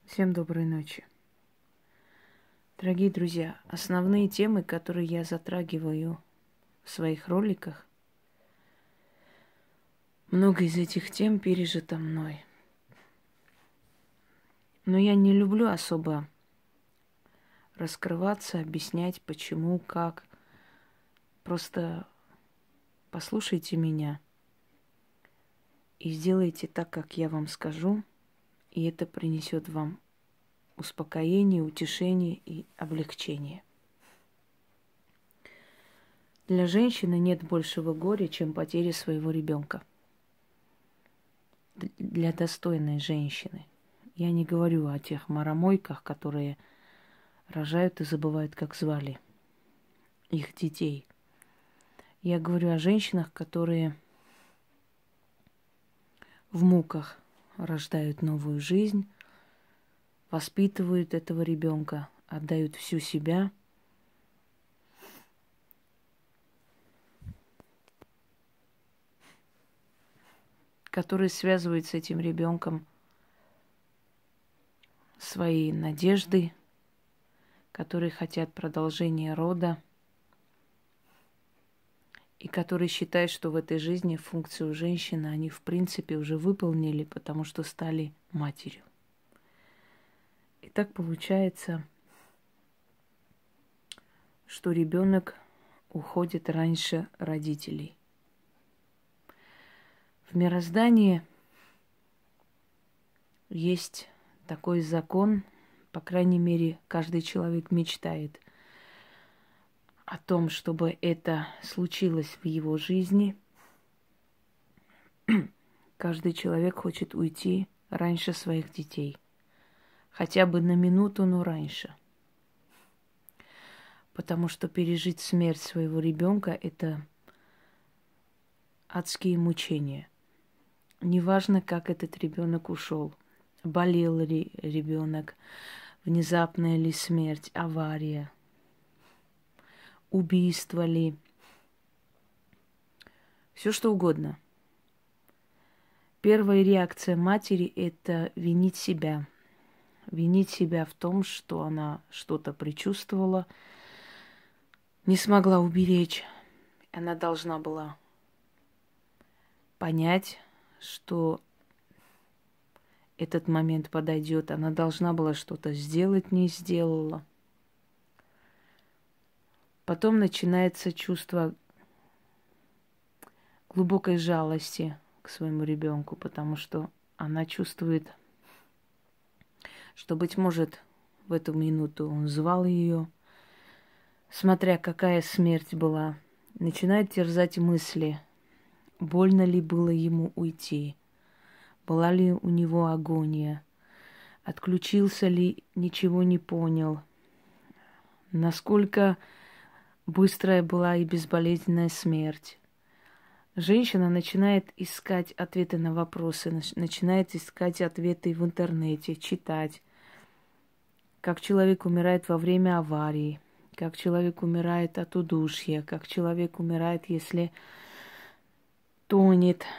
Всем доброй ночи. Дорогие друзья, основные темы, которые я затрагиваю в своих роликах, много из этих тем пережито мной. Но я не люблю особо раскрываться, объяснять, почему, как. Просто послушайте меня и сделайте так, как я вам скажу, и это принесет вам успокоение, утешение и облегчение. Для женщины нет большего горя, чем потеря своего ребенка. Для достойной женщины. Я не говорю о тех маромойках, которые рожают и забывают, как звали их детей. Я говорю о женщинах, которые в муках рождают новую жизнь, воспитывают этого ребенка, отдают всю себя. Которые связывают с этим ребенком свои надежды, которые хотят продолжения рода, и которые считают, что в этой жизни функцию женщины они в принципе уже выполнили, потому что стали матерью. И так получается, что ребенок уходит раньше родителей. В мироздании есть такой закон, по крайней мере, каждый человек мечтает о том, чтобы это случилось в его жизни. Каждый человек хочет уйти раньше своих детей. Хотя бы на минуту, но раньше. Потому что пережить смерть своего ребенка – это адские мучения. Неважно, как этот ребенок ушел. Болел ли ребенок, внезапная ли смерть, авария, убийство ли, все что угодно. Первая реакция матери – это винить себя. Винить себя в том, что она что-то предчувствовала, не смогла уберечь. Она должна была понять, что этот момент подойдет. Она должна была что-то сделать, не сделала. Потом начинается чувство глубокой жалости к своему ребенку, потому что она чувствует, что, быть может, в эту минуту он звал ее, смотря какая смерть была. Начинает терзать мысли, больно ли было ему уйти, была ли у него агония, отключился ли, ничего не понял, насколько быстрая была и безболезненная смерть. Женщина начинает искать ответы на вопросы, начинает искать ответы в интернете, читать, как человек умирает во время аварии, как человек умирает от удушья, как человек умирает, если тонет.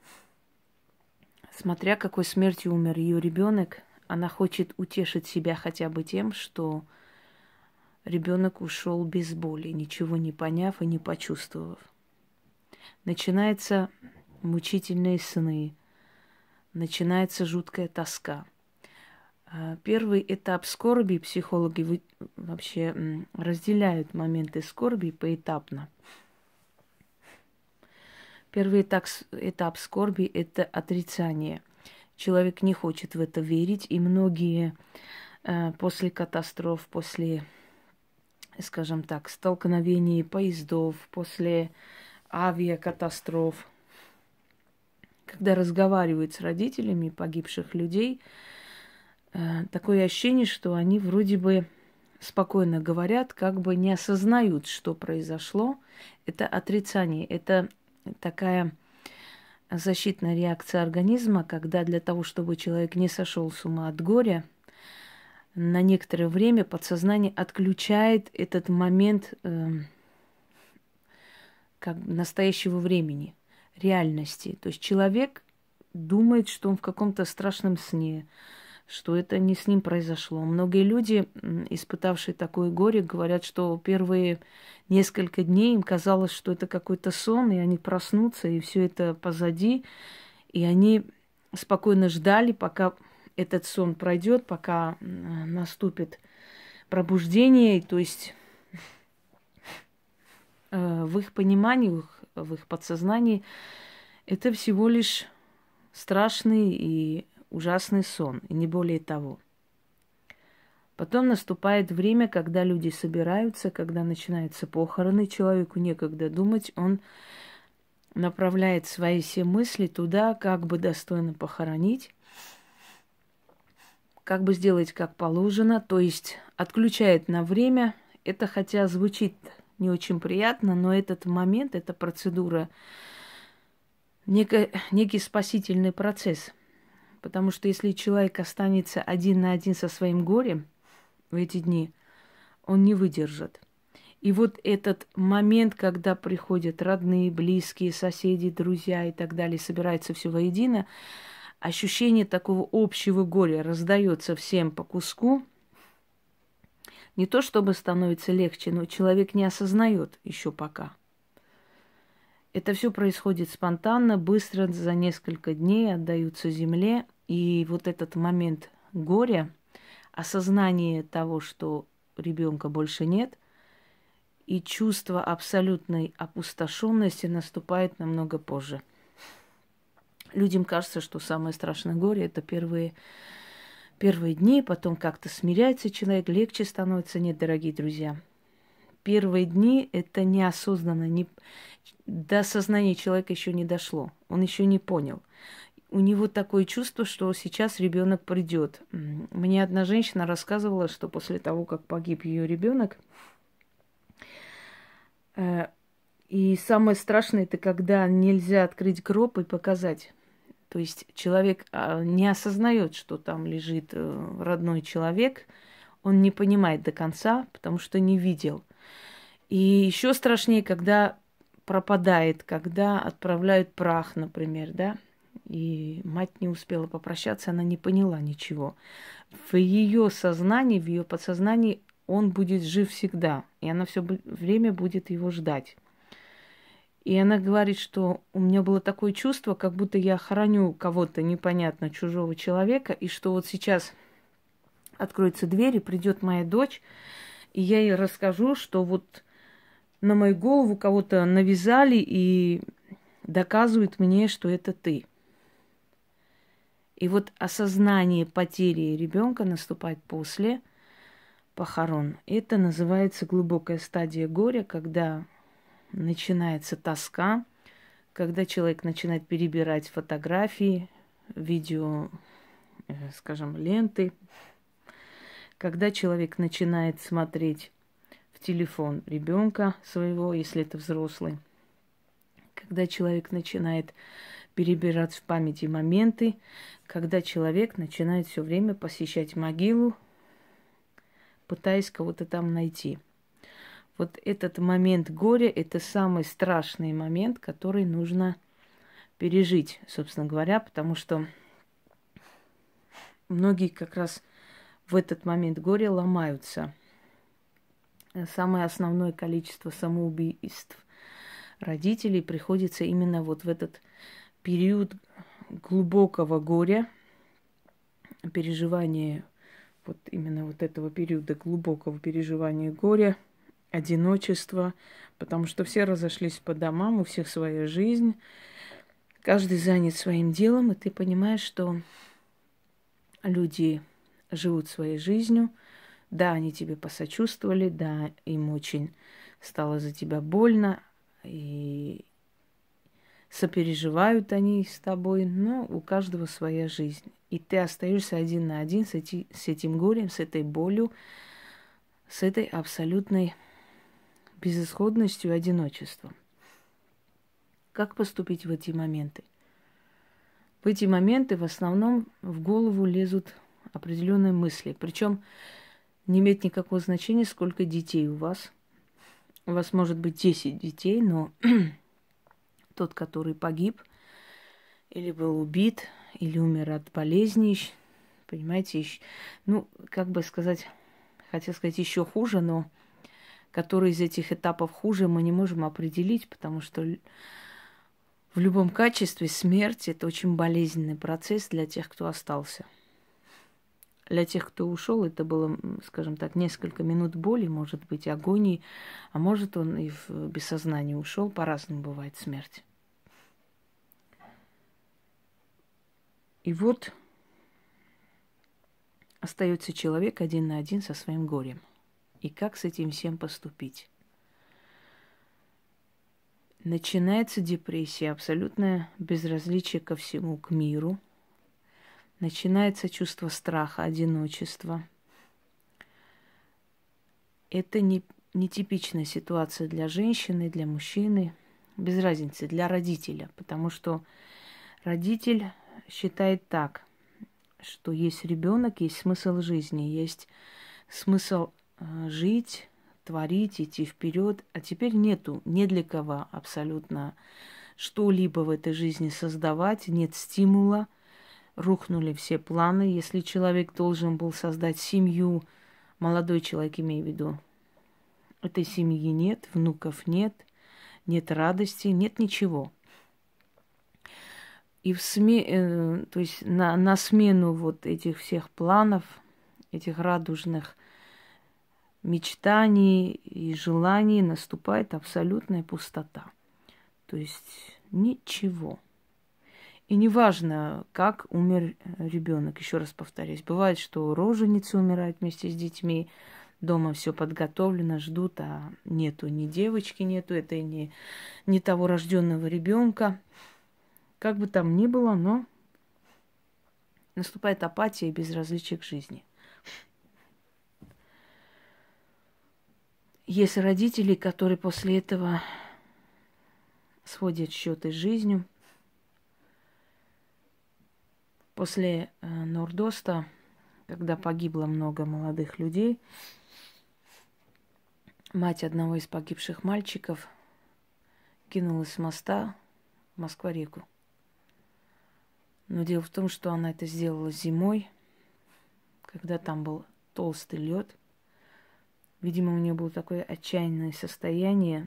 Смотря какой смертью умер ее ребенок, она хочет утешить себя хотя бы тем, что ребенок ушел без боли, ничего не поняв и не почувствовав. Начинаются мучительные сны, начинается жуткая тоска. Первый этап скорби психологи вообще разделяют моменты скорби поэтапно. Первый этап скорби – это отрицание. Человек не хочет в это верить, и многие после катастроф, после, скажем так, столкновений поездов, после авиакатастроф, когда разговаривают с родителями погибших людей, такое ощущение, что они вроде бы спокойно говорят, как бы не осознают, что произошло. Это отрицание, это такая защитная реакция организма, когда для того, чтобы человек не сошел с ума от горя, на некоторое время подсознание отключает этот момент как настоящего времени, реальности. То есть человек думает, что он в каком-то страшном сне, что это не с ним произошло. Многие люди, испытавшие такое горе, говорят, что первые несколько дней им казалось, что это какой-то сон, и они проснутся, и все это позади, и они спокойно ждали, пока этот сон пройдет, пока наступит пробуждение, то есть в их понимании, в их подсознании это всего лишь страшный и ужасный сон, и не более того. Потом наступает время, когда люди собираются, когда начинаются похороны, человеку некогда думать, он направляет свои все мысли туда, как бы достойно похоронить, как бы сделать как положено, то есть отключает на время. Это хотя звучит не очень приятно, но этот момент, эта процедура, некий спасительный процесс. Потому что если человек останется один на один со своим горем в эти дни, он не выдержит. И вот этот момент, когда приходят родные, близкие, соседи, друзья и так далее, собираются все воедино, ощущение такого общего горя раздается всем по куску. Не то чтобы становится легче, но человек не осознает еще пока. Это все происходит спонтанно, быстро, за несколько дней отдаются земле. И вот этот момент горя, осознание того, что ребенка больше нет, и чувство абсолютной опустошенности наступает намного позже. Людям кажется, что самое страшное горе – это первые дни, потом как-то смиряется человек, легче становится. Нет, дорогие друзья, первые дни – это неосознанно, до сознания человека еще не дошло, он еще не понял. У него такое чувство, что сейчас ребенок придет. Мне одна женщина рассказывала, что после того, как погиб ее ребенок, и самое страшное – это когда нельзя открыть гроб и показать. То есть человек не осознает, что там лежит родной человек, он не понимает до конца, потому что не видел. И еще страшнее, когда пропадает, когда отправляют прах, например, да, и мать не успела попрощаться, она не поняла ничего. В ее сознании, в ее подсознании он будет жив всегда, и она все время будет его ждать. И она говорит, что у меня было такое чувство, как будто я хороню кого-то непонятно чужого человека, и что вот сейчас откроется дверь, и придет моя дочь, и я ей расскажу, что вот на мою голову кого-то навязали и доказывают мне, что это ты. И вот осознание потери ребенка наступает после похорон. Это называется глубокая стадия горя, когда начинается тоска, когда человек начинает перебирать фотографии, видео, скажем, ленты, когда человек начинает смотреть в телефон ребенка своего, если это взрослый, когда человек начинает перебирать в памяти моменты, когда человек начинает все время посещать могилу, пытаясь кого-то там найти. Вот этот момент горя – это самый страшный момент, который нужно пережить, собственно говоря, потому что многие как раз в этот момент горя ломаются. Самое основное количество самоубийств родителей приходится именно вот в этот период глубокого горя, переживания, вот именно вот этого периода глубокого переживания горя, одиночества, потому что все разошлись по домам, у всех своя жизнь, каждый занят своим делом, и ты понимаешь, что люди живут своей жизнью. Да, они тебе посочувствовали, да, им очень стало за тебя больно, и сопереживают они с тобой, но у каждого своя жизнь. И ты остаешься один на один с этим горем, с этой болью, с этой абсолютной безысходностью и одиночеством. Как поступить в эти моменты? В эти моменты в основном в голову лезут определенные мысли. Причем не имеет никакого значения, сколько детей у вас. У вас может быть 10 детей, но тот, который погиб, или был убит, или умер от болезней, Понимаете, ну, как бы сказать, хотел сказать еще хуже, но который из этих этапов хуже, мы не можем определить, потому что в любом качестве смерть – это очень болезненный процесс для тех, кто остался. Для тех, кто ушел, это было, скажем так, несколько минут боли, может быть, агонии, а может, он и в бессознании ушел. По-разному бывает смерть. И вот остается человек один на один со своим горем. И как с этим всем поступить? Начинается депрессия, абсолютное безразличие ко всему, к миру. Начинается чувство страха, одиночества. Это не типичная ситуация для женщины, для мужчины, без разницы, для родителя. Потому что родитель считает так, что есть ребенок, есть смысл жизни, есть смысл жить, творить, идти вперед, а теперь нету ни для кого абсолютно что-либо в этой жизни создавать, нет стимула, рухнули все планы. Если человек должен был создать семью, молодой человек, имею в виду, этой семьи нет, внуков нет, нет радости, нет ничего. И то есть на смену вот этих всех планов, этих радужных мечтаний и желаний наступает абсолютная пустота. То есть ничего. И неважно, как умер ребенок, еще раз повторюсь. Бывает, что роженица умирает вместе с детьми, дома все подготовлено, ждут, а нету ни девочки, нету, это не того рожденного ребенка. Как бы там ни было, но наступает апатия и безразличие к жизни. Есть родители, которые после этого сводят счеты с жизнью. После Нордоста, когда погибло много молодых людей, мать одного из погибших мальчиков кинулась с моста в Москва-реку. Но дело в том, что она это сделала зимой, когда там был толстый лед. Видимо, у нее было такое отчаянное состояние,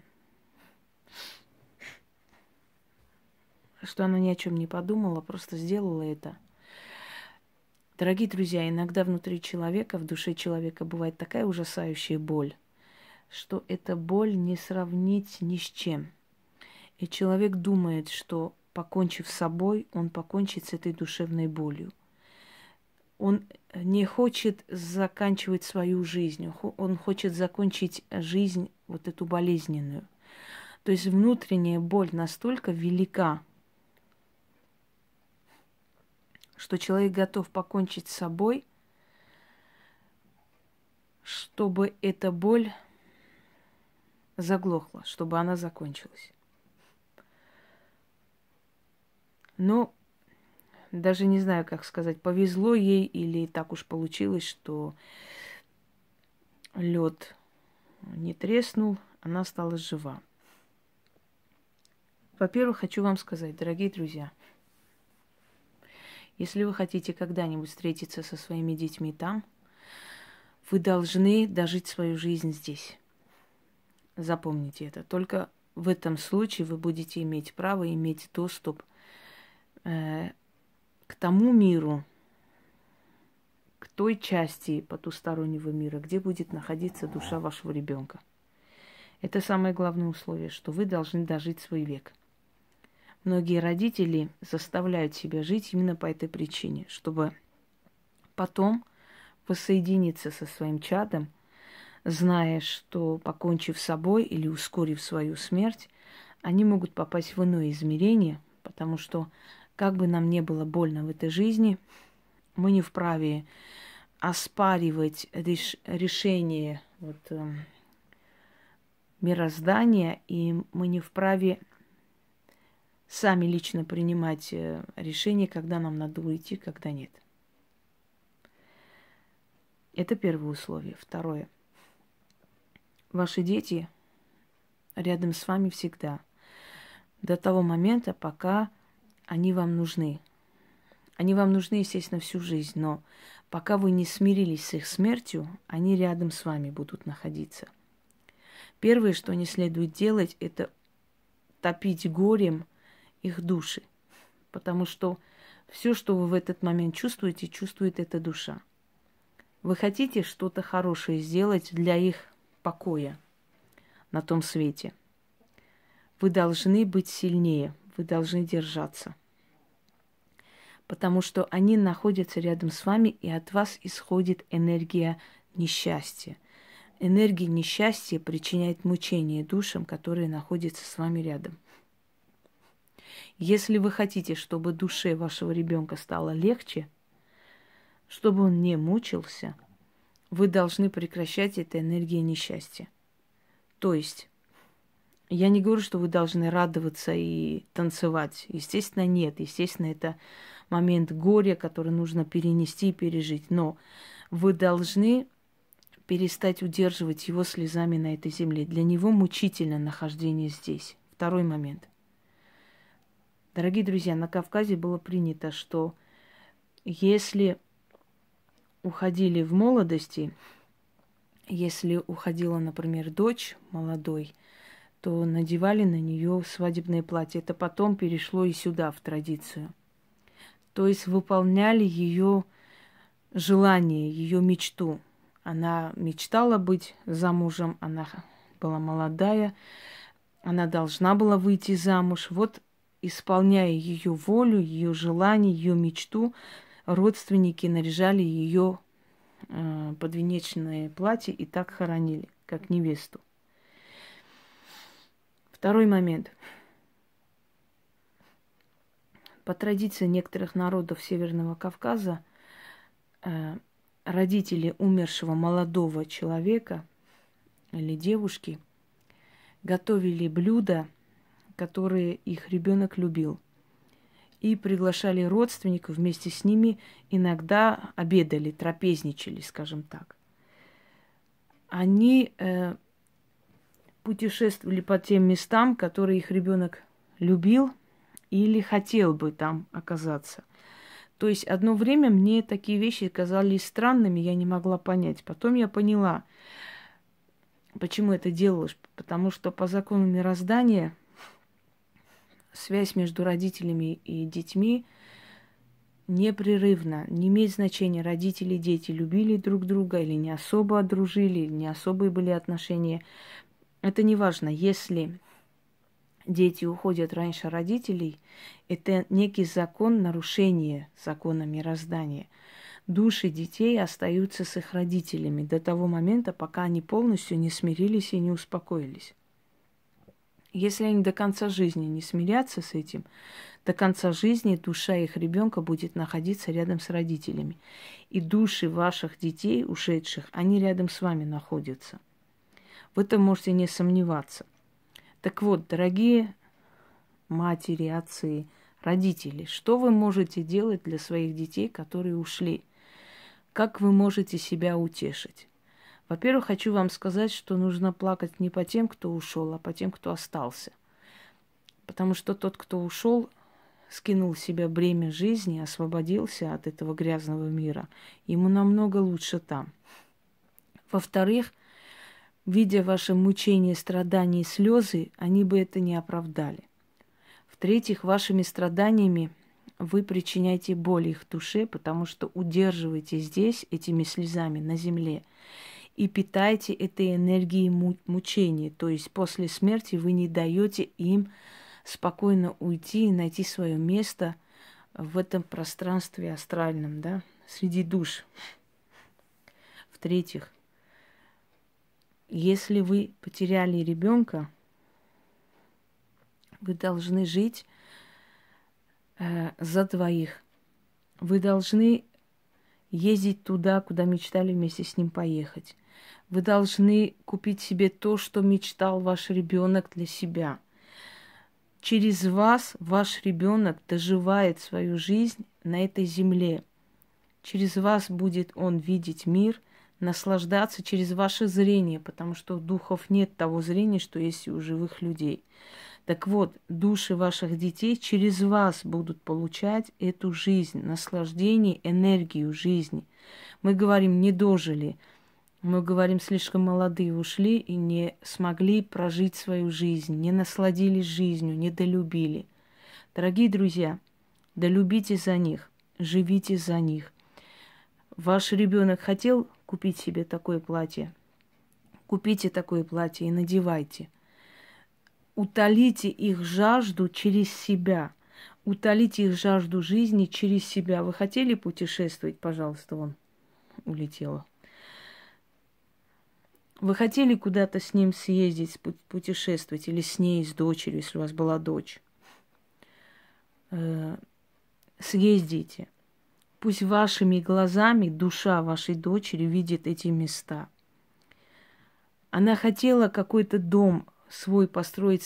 что она ни о чем не подумала, просто сделала это. Дорогие друзья, иногда внутри человека, в душе человека бывает такая ужасающая боль, что эта боль не сравнить ни с чем. И человек думает, что, покончив с собой, он покончит с этой душевной болью. Он не хочет заканчивать свою жизнь, он хочет закончить жизнь вот эту болезненную. То есть внутренняя боль настолько велика, что человек готов покончить с собой, чтобы эта боль заглохла, чтобы она закончилась. Но даже не знаю, как сказать, повезло ей или так уж получилось, что лед не треснул, она осталась жива. Во-первых, хочу вам сказать, дорогие друзья, если вы хотите когда-нибудь встретиться со своими детьми там, вы должны дожить свою жизнь здесь. Запомните это. Только в этом случае вы будете иметь право иметь доступ к тому миру, к той части потустороннего мира, где будет находиться душа вашего ребенка. Это самое главное условие, что вы должны дожить свой век. Многие родители заставляют себя жить именно по этой причине, чтобы потом воссоединиться со своим чадом, зная, что, покончив с собой или ускорив свою смерть, они могут попасть в иное измерение, потому что, как бы нам ни было больно в этой жизни, мы не вправе оспаривать решение мироздания, и мы не вправе сами лично принимать решение, когда нам надо уйти, когда нет. Это первое условие. Второе. Ваши дети рядом с вами всегда. До того момента, пока они вам нужны. Они вам нужны, естественно, всю жизнь, но пока вы не смирились с их смертью, они рядом с вами будут находиться. Первое, что не следует делать, это топить горем их души, потому что все, что вы в этот момент чувствуете, чувствует эта душа. Вы хотите что-то хорошее сделать для их покоя на том свете. Вы должны быть сильнее, вы должны держаться. Потому что они находятся рядом с вами, и от вас исходит энергия несчастья. Энергия несчастья причиняет мучение душам, которые находятся с вами рядом. Если вы хотите, чтобы душе вашего ребенка стало легче, чтобы он не мучился, вы должны прекращать эту энергию несчастья. То есть, я не говорю, что вы должны радоваться и танцевать. Естественно, нет. Естественно, это момент горя, который нужно перенести и пережить. Но вы должны перестать удерживать его слезами на этой земле. Для него мучительно нахождение здесь. Второй момент. Дорогие друзья, на Кавказе было принято, что если уходили в молодости, если уходила, например, дочь молодой, то надевали на нее свадебное платье. Это потом перешло и сюда, в традицию. То есть выполняли ее желание, ее мечту. Она мечтала быть замужем, она была молодая, она должна была выйти замуж. Вот, исполняя ее волю, ее желание, ее мечту, родственники наряжали ее подвенечное платье и так хоронили, как невесту. Второй момент. По традиции некоторых народов Северного Кавказа родители умершего молодого человека или девушки готовили блюда, которые их ребенок любил, и приглашали родственников вместе с ними, иногда обедали, трапезничали, скажем так. Они путешествовали по тем местам, которые их ребенок любил или хотел бы там оказаться. То есть одно время мне такие вещи казались странными, я не могла понять. Потом я поняла, почему это делалось. Потому что по закону мироздания связь между родителями и детьми непрерывна. Не имеет значения, родители и дети любили друг друга или не особо дружили, или не особые были отношения. Это не важно. Если дети уходят раньше родителей, это некий закон нарушения закона мироздания. Души детей остаются с их родителями до того момента, пока они полностью не смирились и не успокоились. Если они до конца жизни не смирятся с этим, до конца жизни душа их ребенка будет находиться рядом с родителями. И души ваших детей, ушедших, они рядом с вами находятся. В этом можете не сомневаться. Так вот, дорогие матери, отцы, родители, что вы можете делать для своих детей, которые ушли? Как вы можете себя утешить? Во-первых, хочу вам сказать, что нужно плакать не по тем, кто ушел, а по тем, кто остался. Потому что тот, кто ушел, скинул с себя бремя жизни, освободился от этого грязного мира. Ему намного лучше там. Во-вторых, видя ваше мучение, страдания и слезы, они бы это не оправдали. В-третьих, вашими страданиями вы причиняете боль их душе, потому что удерживаете здесь этими слезами на земле и питаете этой энергией мучения. То есть после смерти вы не даете им спокойно уйти и найти свое место в этом пространстве астральном, да, среди душ. В-третьих, если вы потеряли ребенка, вы должны жить за двоих. Вы должны ездить туда, куда мечтали вместе с ним поехать. Вы должны купить себе то, что мечтал ваш ребенок для себя. Через вас ваш ребенок доживает свою жизнь на этой земле. Через вас будет он видеть мир, наслаждаться через ваше зрение, потому что у духов нет того зрения, что есть у живых людей. Так вот, души ваших детей через вас будут получать эту жизнь, наслаждение, энергию жизни. Мы говорим, не дожили. Мы говорим, слишком молодые ушли и не смогли прожить свою жизнь, не насладились жизнью, не долюбили. Дорогие друзья, долюбите за них, живите за них. Ваш ребенок хотел купить себе такое платье? Купите такое платье и надевайте. Утолите их жажду через себя. Утолите их жажду жизни через себя. Вы хотели путешествовать? Пожалуйста, вон улетела. Вы хотели куда-то с ним съездить, путешествовать, или с ней, с дочерью, если у вас была дочь? Съездите. Пусть вашими глазами душа вашей дочери видит эти места. Она хотела какой-то дом свой построить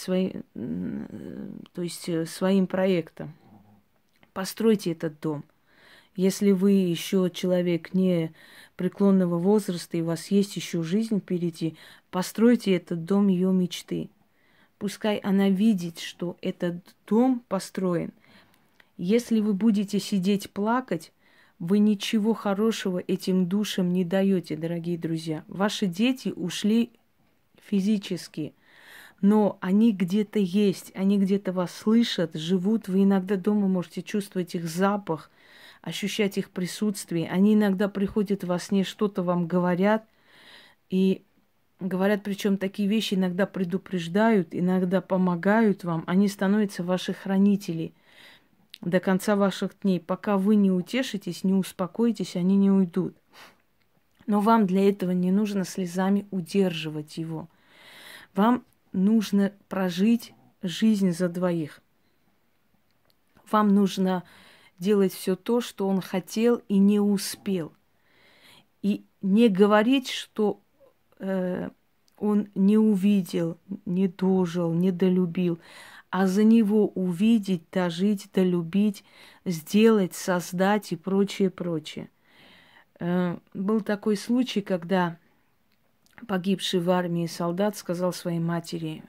своим проектом. Постройте этот дом. Если вы еще человек не преклонного возраста, и у вас есть еще жизнь впереди, постройте этот дом ее мечты. Пускай она видит, что этот дом построен. Если вы будете сидеть плакать, вы ничего хорошего этим душам не даете, дорогие друзья. Ваши дети ушли физически, но они где-то есть, они где-то вас слышат, живут. Вы иногда дома можете чувствовать их запах, ощущать их присутствие. Они иногда приходят во сне, что-то вам говорят, и говорят, причем такие вещи иногда предупреждают, иногда помогают вам. Они становятся ваши хранители до конца ваших дней. Пока вы не утешитесь, не успокоитесь, они не уйдут. Но вам для этого не нужно слезами удерживать его. Вам нужно прожить жизнь за двоих. Вам нужно делать все то, что он хотел и не успел. И не говорить, что он не увидел, не дожил, не долюбил, а за него увидеть, дожить, долюбить, сделать, создать и прочее, прочее. Был такой случай, когда погибший в армии солдат сказал своей матери: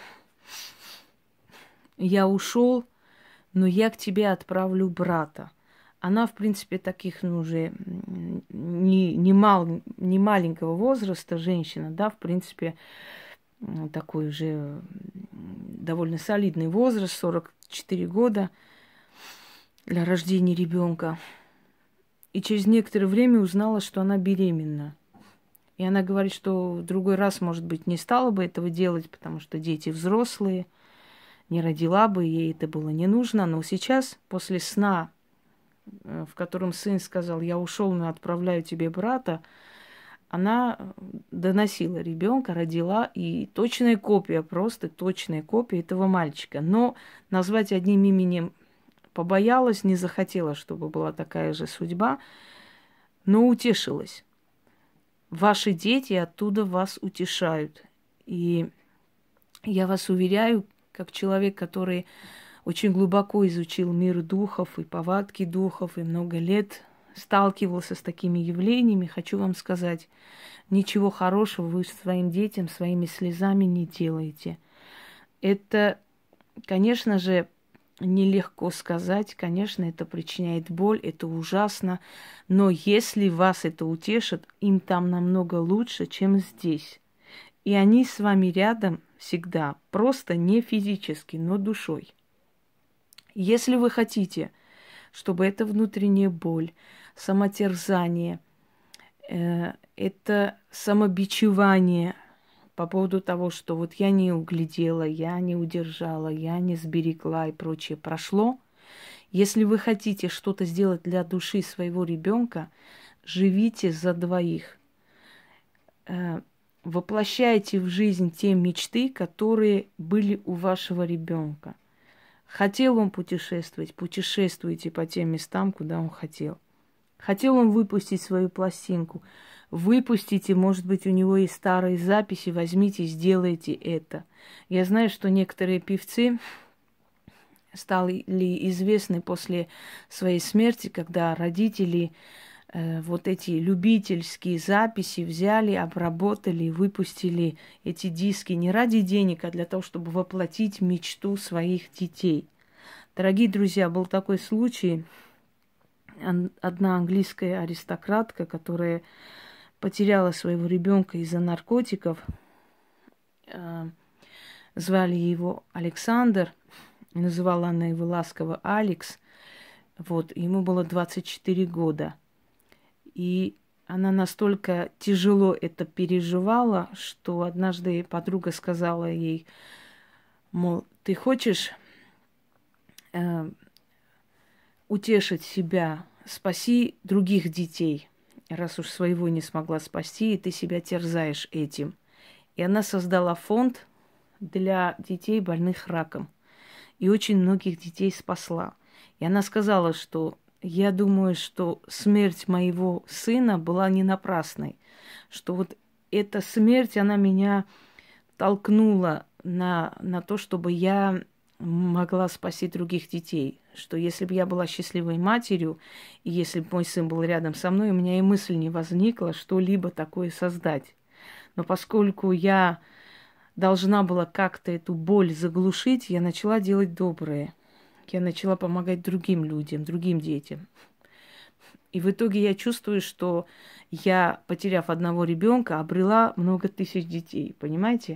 «Я ушел, но я к тебе отправлю брата». Она, в принципе, таких, уже не маленького возраста женщина, да, в принципе, такой уже довольно солидный возраст, 44 года для рождения ребенка. И через некоторое время узнала, что она беременна. И она говорит, что в другой раз, может быть, не стала бы этого делать, потому что дети взрослые, не родила бы, ей это было не нужно. Но сейчас, после сна, в котором сын сказал: «Я ушел, но отправляю тебе брата», она доносила ребенка, родила, и точная копия, просто точная копия этого мальчика. Но назвать одним именем побоялась, не захотела, чтобы была такая же судьба, но утешилась. Ваши дети оттуда вас утешают. И я вас уверяю, как человек, который очень глубоко изучил мир духов и повадки духов, и много лет сталкивался с такими явлениями, хочу вам сказать, ничего хорошего вы своим детям своими слезами не делаете. Это, конечно же, нелегко сказать, конечно, это причиняет боль, это ужасно, но если вас это утешит, им там намного лучше, чем здесь. И они с вами рядом всегда, просто не физически, но душой. Если вы хотите, чтобы эта внутренняя боль, самотерзание, это самобичевание по поводу того, что вот я не углядела, я не удержала, я не сберегла и прочее прошло. Если вы хотите что-то сделать для души своего ребенка, живите за двоих. Воплощайте в жизнь те мечты, которые были у вашего ребенка. Хотел он путешествовать, путешествуйте по тем местам, куда он хотел. Хотел он выпустить свою пластинку, выпустите, может быть, у него есть старые записи, возьмите, сделайте это. Я знаю, что некоторые певцы стали известны после своей смерти, когда родители вот эти любительские записи взяли, обработали, выпустили эти диски не ради денег, а для того, чтобы воплотить мечту своих детей. Дорогие друзья, был такой случай. Одна английская аристократка, которая потеряла своего ребенка из-за наркотиков, звали его Александр, называла она его ласково Алекс. Вот, ему было 24 года. И она настолько тяжело это переживала, что однажды подруга сказала ей, мол, ты хочешь утешить себя, спаси других детей, раз уж своего не смогла спасти, и ты себя терзаешь этим. И она создала фонд для детей, больных раком. И очень многих детей спасла. И она сказала, что я думаю, что смерть моего сына была не напрасной. Что вот эта смерть, она меня толкнула на то, чтобы я могла спасти других детей. Что если бы я была счастливой матерью, и если бы мой сын был рядом со мной, у меня и мысль не возникла что-либо такое создать. Но поскольку я должна была как-то эту боль заглушить, я начала делать доброе. Я начала помогать другим людям, другим детям. И в итоге я чувствую, что я, потеряв одного ребенка, обрела много тысяч детей. Понимаете?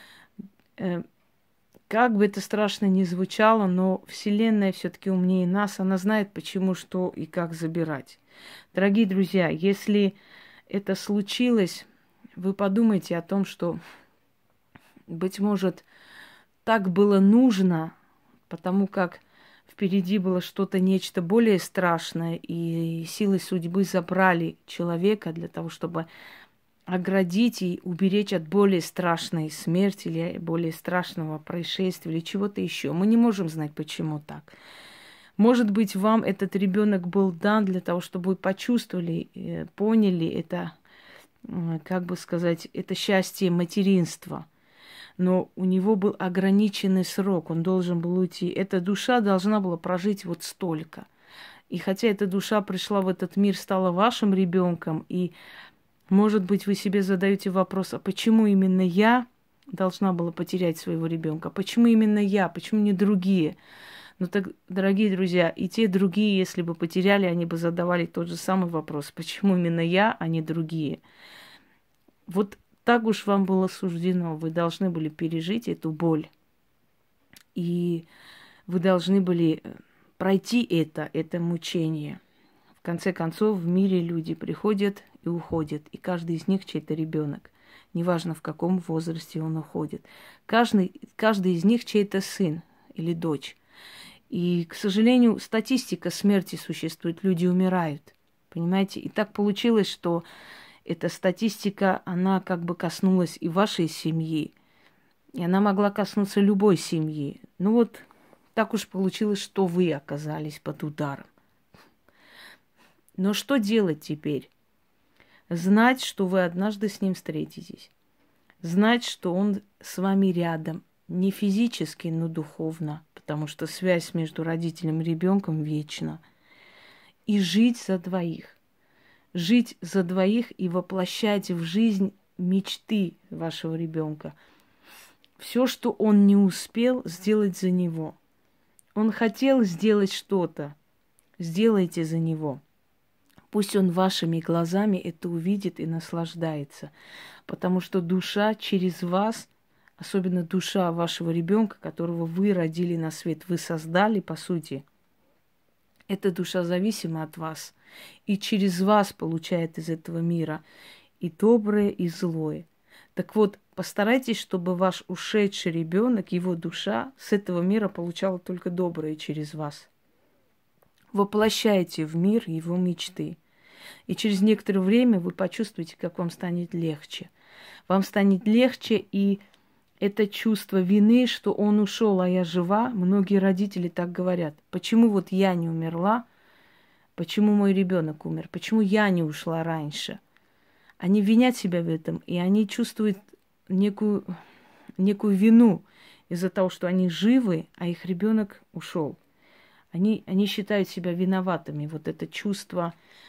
Как бы это страшно ни звучало, но Вселенная все-таки умнее нас. Она знает, почему, что и как забирать. Дорогие друзья, если это случилось, вы подумайте о том, что, быть может, так было нужно, потому как впереди было что-то, нечто более страшное, и силы судьбы забрали человека для того, чтобы оградить и уберечь от более страшной смерти или более страшного происшествия или чего-то еще. Мы не можем знать, почему так. Может быть, вам этот ребенок был дан для того, чтобы вы почувствовали, поняли это, как бы сказать, это счастье материнства. Но у него был ограниченный срок, он должен был уйти. Эта душа должна была прожить вот столько. И хотя эта душа пришла в этот мир, стала вашим ребенком, и, может быть, вы себе задаете вопрос, а почему именно я должна была потерять своего ребенка? Почему именно я? Почему не другие? Ну так, дорогие друзья, и те другие, если бы потеряли, они бы задавали тот же самый вопрос. Почему именно я, а не другие? Вот так уж вам было суждено. Вы должны были пережить эту боль. И вы должны были пройти это мучение. В конце концов, в мире люди приходят и уходят. И каждый из них чей-то ребенок. Неважно, в каком возрасте он уходит. Каждый из них чей-то сын или дочь. И, к сожалению, статистика смерти существует. Люди умирают. Понимаете? И так получилось, что эта статистика, она как бы коснулась и вашей семьи, и она могла коснуться любой семьи. Ну вот так уж получилось, что вы оказались под ударом. Но что делать теперь? Знать, что вы однажды с ним встретитесь. Знать, что он с вами рядом. Не физически, но духовно, потому что связь между родителем и ребенком вечна. И жить за двоих. Жить за двоих и воплощать в жизнь мечты вашего ребенка. Все, что он не успел, сделать за него. Он хотел сделать что-то, сделайте за него. Пусть он вашими глазами это увидит и наслаждается. Потому что душа через вас, особенно душа вашего ребенка, которого вы родили на свет, вы создали, по сути, эта душа зависима от вас. И через вас получает из этого мира и доброе, и злое. Так вот, постарайтесь, чтобы ваш ушедший ребенок, его душа с этого мира получала только доброе через вас. Воплощайте в мир его мечты. И через некоторое время вы почувствуете, как вам станет легче. Вам станет легче, и это чувство вины, что он ушел, а я жива, многие родители так говорят. Почему вот я не умерла? Почему мой ребенок умер? Почему я не ушла раньше? Они винят себя в этом, и они чувствуют некую вину из-за того, что они живы, а их ребенок ушел. Они считают себя виноватыми. Вот это чувство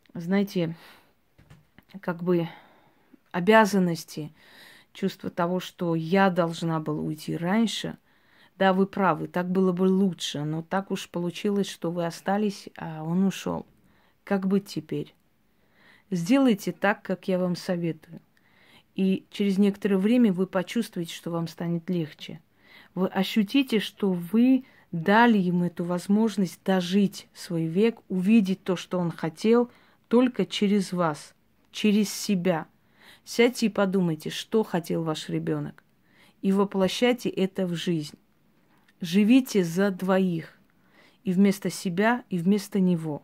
знаете, как бы обязанности, чувство того, что я должна была уйти раньше. Да, вы правы, так было бы лучше, но так уж получилось, что вы остались, а он ушел. Как быть теперь? Сделайте так, как я вам советую. И через некоторое время вы почувствуете, что вам станет легче. Вы ощутите, что вы дали ему эту возможность дожить свой век, увидеть то, что он хотел, только через вас, через себя. Сядьте и подумайте, что хотел ваш ребенок, и воплощайте это в жизнь. Живите за двоих, и вместо себя, и вместо него.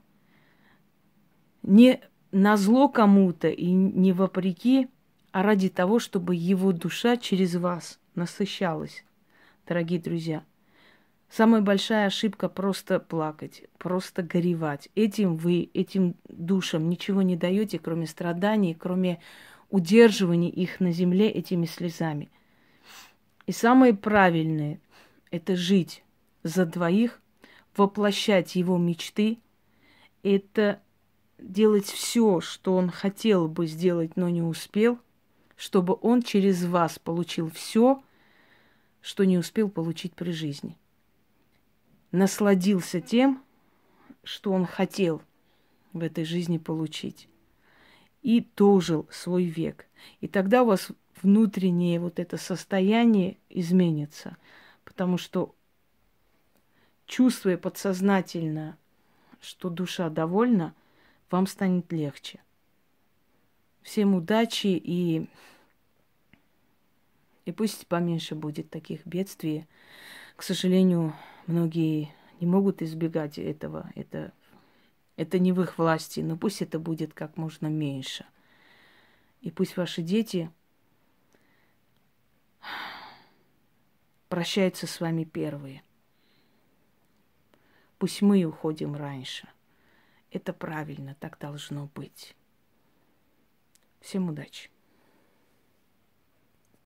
Не назло кому-то и не вопреки, а ради того, чтобы его душа через вас насыщалась. Дорогие друзья, самая большая ошибка просто плакать, просто горевать. Этим душам ничего не даете, кроме страданий, кроме удерживания их на земле этими слезами. И самое правильное – это жить за двоих, воплощать его мечты, это делать все, что он хотел бы сделать, но не успел, чтобы он через вас получил все, что не успел получить при жизни. Насладился тем, что он хотел в этой жизни получить. И дожил свой век. И тогда у вас внутреннее вот это состояние изменится. Потому что, чувствуя подсознательно, что душа довольна, вам станет легче. Всем удачи и пусть поменьше будет таких бедствий. К сожалению, многие не могут избегать этого. Это не в их власти, но пусть это будет как можно меньше. И пусть ваши дети прощаются с вами первые. Пусть мы уходим раньше. Это правильно, так должно быть. Всем удачи.